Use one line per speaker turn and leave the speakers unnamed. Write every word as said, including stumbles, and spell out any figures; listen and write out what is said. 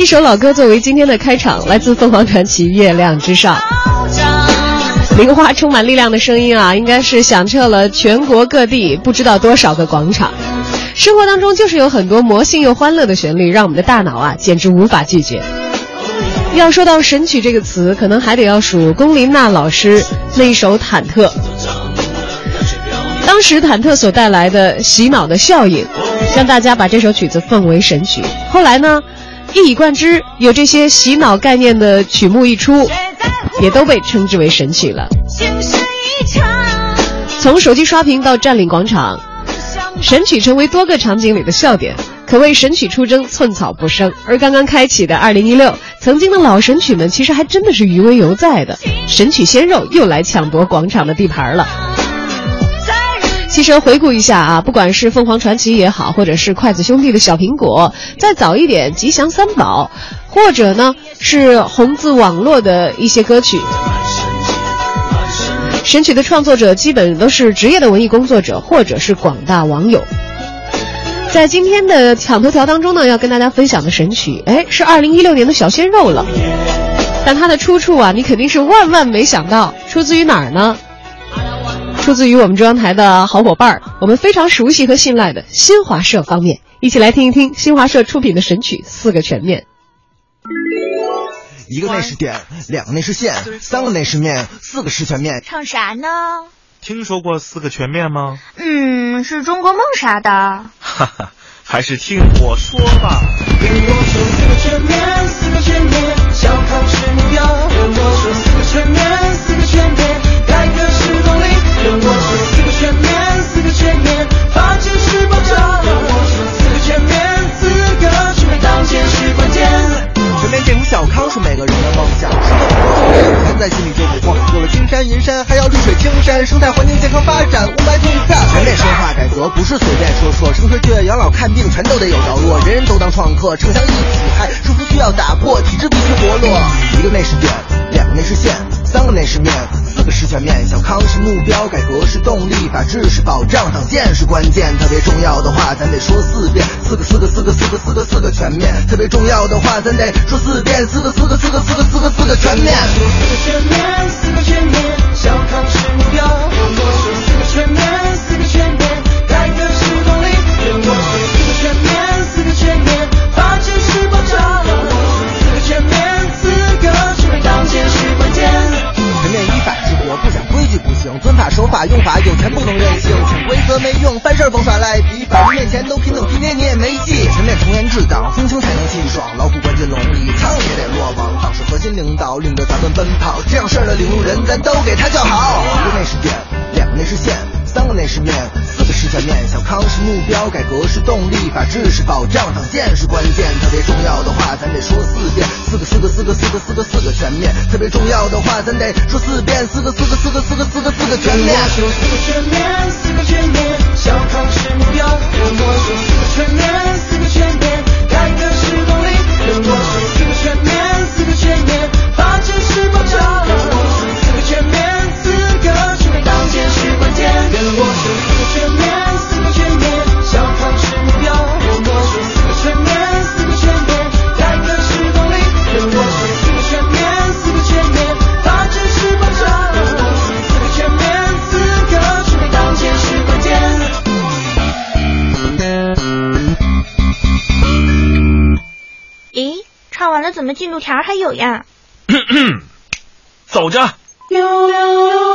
首老歌作为今天的开场，来自凤凰传奇《月亮之上》。玲花充满力量的声音啊，应该是响彻了全国各地不知道多少个广场。生活当中就是有很多魔性又欢乐的旋律，让我们的大脑啊简直无法拒绝。要说到神曲这个词，可能还得要数龚琳娜老师那一首《忐忑》。当时忐忑所带来的洗脑的效应，让大家把这首曲子奉为神曲。后来呢，一以贯之，有这些洗脑概念的曲目一出，也都被称之为神曲了。从手机刷屏到占领广场，神曲成为多个场景里的笑点，可谓神曲出征，寸草不生。而刚刚开启的二零一六，曾经的老神曲们其实还真的是余威犹在的，神曲鲜肉又来抢夺广场的地盘了。其实回顾一下啊，不管是凤凰传奇也好，或者是筷子兄弟的小苹果，再早一点吉祥三宝，或者呢是红字网络的一些歌曲，神曲的创作者基本都是职业的文艺工作者，或者是广大网友。在今天的抢头条当中呢，要跟大家分享的神曲，哎，是二零一六年的小鲜肉了。但它的出处啊，你肯定是万万没想到，出自于哪儿呢？出自于我们中央台的好伙伴，我们非常熟悉和信赖的新华社方面。一起来听一听新华社出品的神曲《四个全面》。
一个内饰点，两个内饰线，三个内饰面，四个十全面。
唱啥呢？
听说过四个全面吗？
嗯，是中国梦啥的。
哈哈，还是听我说吧。
跟我说四个全面，四个全面，小康是目标。跟我说四个全面，四个全面，改革是动力。跟我说四个全面，四个全面，法治是保障。跟我说四个全面，四个全面，当前是关键。
全面建成小康是每个人的梦想，是个不错，现在心里就不慌。有了金山银山，还要绿水青山，生态环境健康发展，雾霾痛快。全面深化改革不是随便说说，升学就业、养老、看病全都得有着落，人人都当创客，城乡一起嗨，束缚需要打破，体制必须活络。一个内饰点，两个内饰线，三个内饰面，四个十全面。小康是目标，改革是动力，法治是保障，党建是关键。特别重要的话，咱得说四遍，四个四个四个四个四个四个全面。特别重要的话，咱得说四遍，四个四个四个四个四个四个全面。
四个全面，四个全面，小康是目标。跟我说四个全面，四个全面，改革是动力。跟我说四个全面，四个全面，法治是保障。跟我说四个全面，四个全面，当前是关键。
全面依法治国，不讲规矩不行，遵法守法用法，有钱不能任性，潜规则没用，犯事儿甭耍赖皮，法律面前都平等，今天你也没戏。全面从严治党，风清才能气爽，老虎关进笼里，苍蝇也得落网。党是核心领导，领着咱们奔跑，这样事儿的领路人，咱都给他叫好。一个内饰点，两个内饰线，三个内饰面，四个十全面。小康是目标，改革是动力，法治是保障，党建是关键。特别重要的话，咱得说四遍，四个四个四个四个四个四个全面。特别重要的话，咱得说四遍，四个四个四个四个四个四个全面。
跟我说四个全面，四个全面，小康是目标。跟我说四个全面，四个全面，改革是动力。跟我说四个全面，四个全面，法治是保障。跟我说四个全面，四个全面，当前是关键。跟我说四个全面，四个全面，小康是目标。跟我说四个全面，四个全面，改革是动力。跟我说四个全面，四个全面，法治是保障。跟我说四个全面，四个全面，当前是关键。
咦，唱完了怎么进度条还有呀？
走着。
六六六